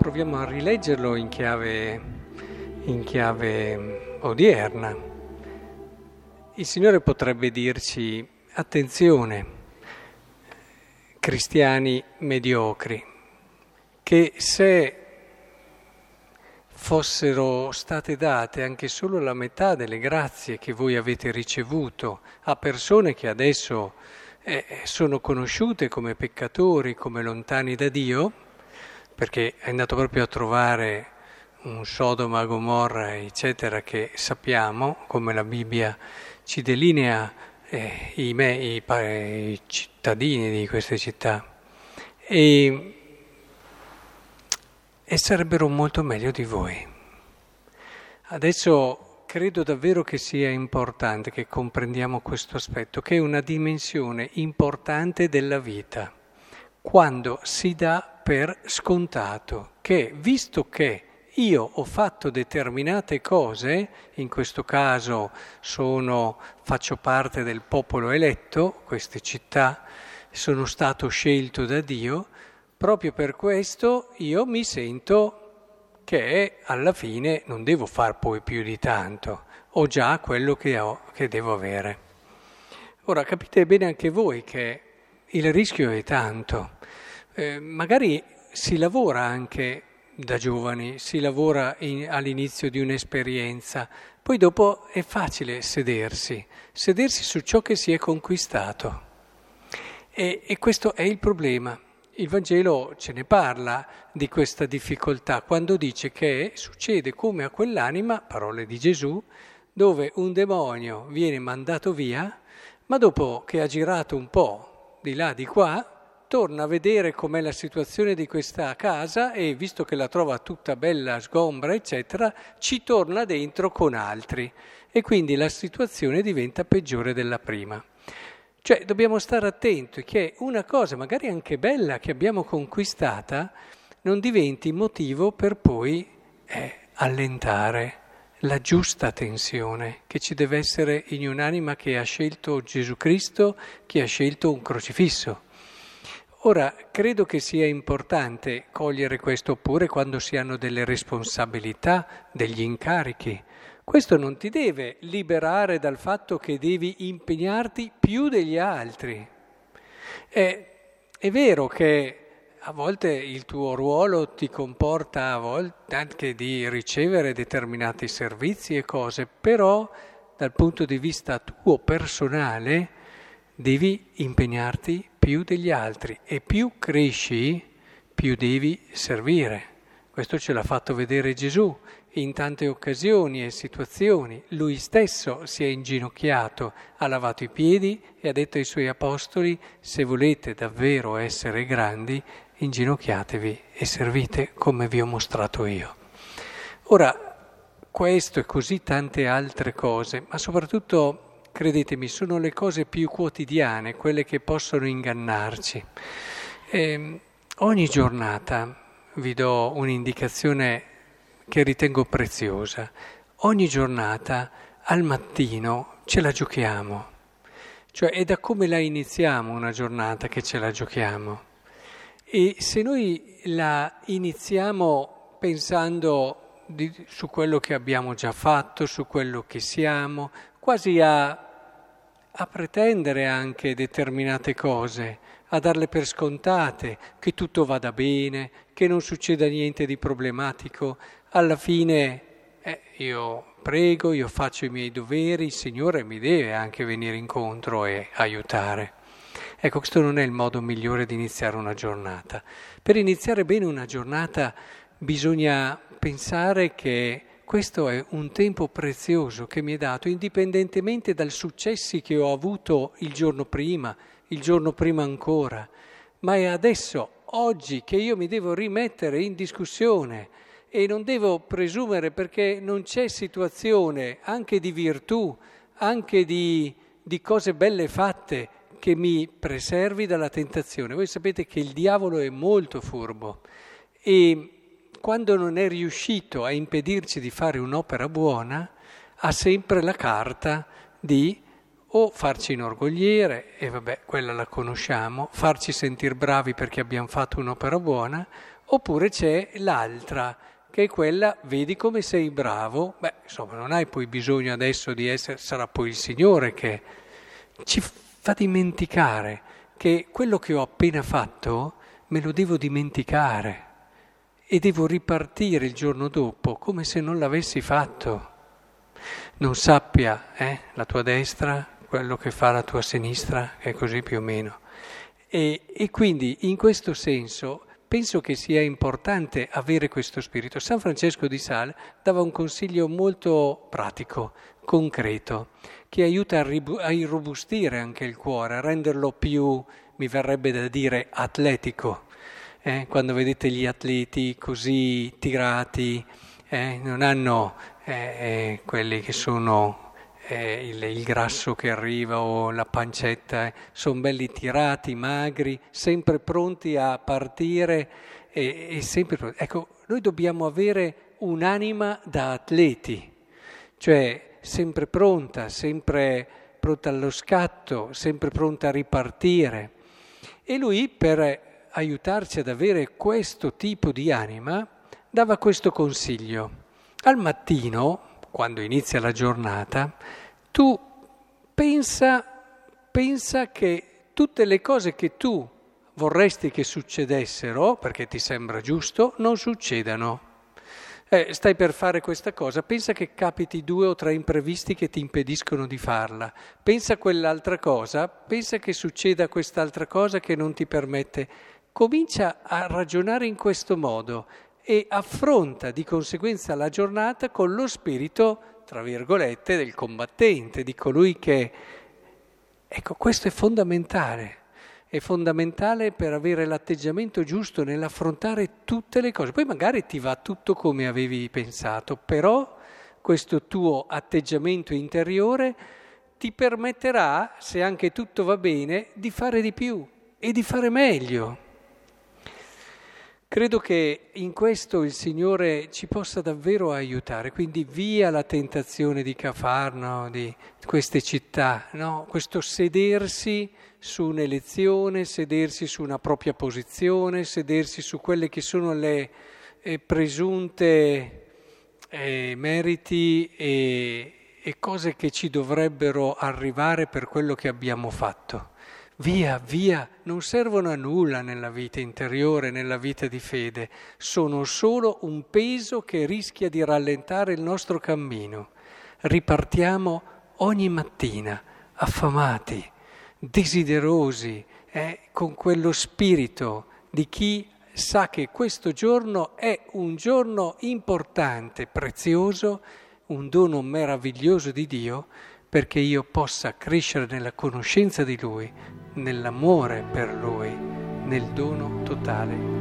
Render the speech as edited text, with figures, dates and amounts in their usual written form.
proviamo a rileggerlo in chiave odierna. Il Signore potrebbe dirci: attenzione, cristiani mediocri, che se fossero state date anche solo la metà delle grazie che voi avete ricevuto a persone che adesso sono conosciute come peccatori, come lontani da Dio, perché è andato proprio a trovare un Sodoma, Gomorra, eccetera, che sappiamo, come la Bibbia ci delinea i cittadini di queste città, e sarebbero molto meglio di voi. Adesso credo davvero che sia importante che comprendiamo questo aspetto, che è una dimensione importante della vita, quando si dà per scontato che, visto che io ho fatto determinate cose, in questo caso faccio parte del popolo eletto, queste città, sono stato scelto da Dio, proprio per questo io mi sento che alla fine non devo far poi più di tanto, ho già quello che devo avere. Ora capite bene anche voi che il rischio è tanto. Magari si lavora anche da giovani, si lavora all'inizio di un'esperienza, poi dopo è facile sedersi su ciò che si è conquistato. E questo è il problema. Il Vangelo ce ne parla di questa difficoltà quando dice che succede come a quell'anima, parole di Gesù, dove un demonio viene mandato via, ma dopo che ha girato un po' di là di qua, torna a vedere com'è la situazione di questa casa e, visto che la trova tutta bella, sgombra, eccetera, ci torna dentro con altri e quindi la situazione diventa peggiore della prima. Cioè dobbiamo stare attenti che una cosa magari anche bella che abbiamo conquistata non diventi motivo per poi allentare la giusta tensione che ci deve essere in un'anima che ha scelto Gesù Cristo, che ha scelto un crocifisso. Ora, credo che sia importante cogliere questo pure quando si hanno delle responsabilità, degli incarichi. Questo non ti deve liberare dal fatto che devi impegnarti più degli altri. È vero che a volte il tuo ruolo ti comporta a volte anche di ricevere determinati servizi e cose, però dal punto di vista tuo personale devi impegnarti più degli altri e più cresci, più devi servire. Questo ce l'ha fatto vedere Gesù in tante occasioni e situazioni. Lui stesso si è inginocchiato, ha lavato i piedi e ha detto ai suoi apostoli: se volete davvero essere grandi, inginocchiatevi e servite come vi ho mostrato io. Ora, questo e così tante altre cose, ma soprattutto, credetemi, sono le cose più quotidiane, quelle che possono ingannarci. Ogni giornata vi do un'indicazione che ritengo preziosa. Ogni giornata al mattino ce la giochiamo. Cioè è da come la iniziamo una giornata che ce la giochiamo. E se noi la iniziamo pensando su quello che abbiamo già fatto, su quello che siamo, quasi a pretendere anche determinate cose, a darle per scontate, che tutto vada bene, che non succeda niente di problematico, alla fine io prego, io faccio i miei doveri, il Signore mi deve anche venire incontro e aiutare. Ecco, questo non è il modo migliore di iniziare una giornata. Per iniziare bene una giornata bisogna pensare che questo è un tempo prezioso che mi è dato, indipendentemente dai successi che ho avuto il giorno prima ancora, ma è adesso, oggi, che io mi devo rimettere in discussione e non devo presumere, perché non c'è situazione anche di virtù, anche di cose belle fatte, che mi preservi dalla tentazione. Voi sapete che il diavolo è molto furbo e quando non è riuscito a impedirci di fare un'opera buona, ha sempre la carta di o farci inorgogliere, e vabbè, quella la conosciamo, farci sentire bravi perché abbiamo fatto un'opera buona, Oppure c'è l'altra, che è quella, vedi come sei bravo, beh, insomma, non hai poi bisogno adesso di essere, sarà poi il Signore che ci fa dimenticare che quello che ho appena fatto me lo devo dimenticare e devo ripartire il giorno dopo come se non l'avessi fatto. Non sappia, la tua destra quello che fa la tua sinistra, che è così più o meno. E quindi in questo senso penso che sia importante avere questo spirito. San Francesco di Sales dava un consiglio molto pratico, concreto, che aiuta a irrobustire anche il cuore, a renderlo più, mi verrebbe da dire, atletico. Quando vedete gli atleti così tirati, non hanno quelli che sono il grasso che arriva o la pancetta, sono belli tirati, magri, sempre pronti a partire e sempre pronti. Ecco, noi dobbiamo avere un'anima da atleti, cioè sempre pronta allo scatto, sempre pronta a ripartire. E lui, per aiutarci ad avere questo tipo di anima, dava questo consiglio. Al mattino, quando inizia la giornata, tu pensa che tutte le cose che tu vorresti che succedessero, perché ti sembra giusto, non succedano. Stai per fare questa cosa, pensa che capiti 2 o 3 imprevisti che ti impediscono di farla. Pensa a quell'altra cosa, pensa che succeda quest'altra cosa che non ti permette. Comincia a ragionare in questo modo e affronta di conseguenza la giornata con lo spirito, tra virgolette, del combattente, di colui che... Ecco, questo è fondamentale per avere l'atteggiamento giusto nell'affrontare tutte le cose. Poi magari ti va tutto come avevi pensato, però questo tuo atteggiamento interiore ti permetterà, se anche tutto va bene, di fare di più e di fare meglio. Credo che in questo il Signore ci possa davvero aiutare, quindi via la tentazione di Cafarno, di queste città, no? Questo sedersi su un'elezione, sedersi su una propria posizione, sedersi su quelle che sono le presunte meriti e cose che ci dovrebbero arrivare per quello che abbiamo fatto. Via, non servono a nulla nella vita interiore, nella vita di fede, sono solo un peso che rischia di rallentare il nostro cammino. Ripartiamo ogni mattina, affamati, desiderosi, con quello spirito di chi sa che questo giorno è un giorno importante, prezioso, un dono meraviglioso di Dio, perché io possa crescere nella conoscenza di Lui, nell'amore per Lui, nel dono totale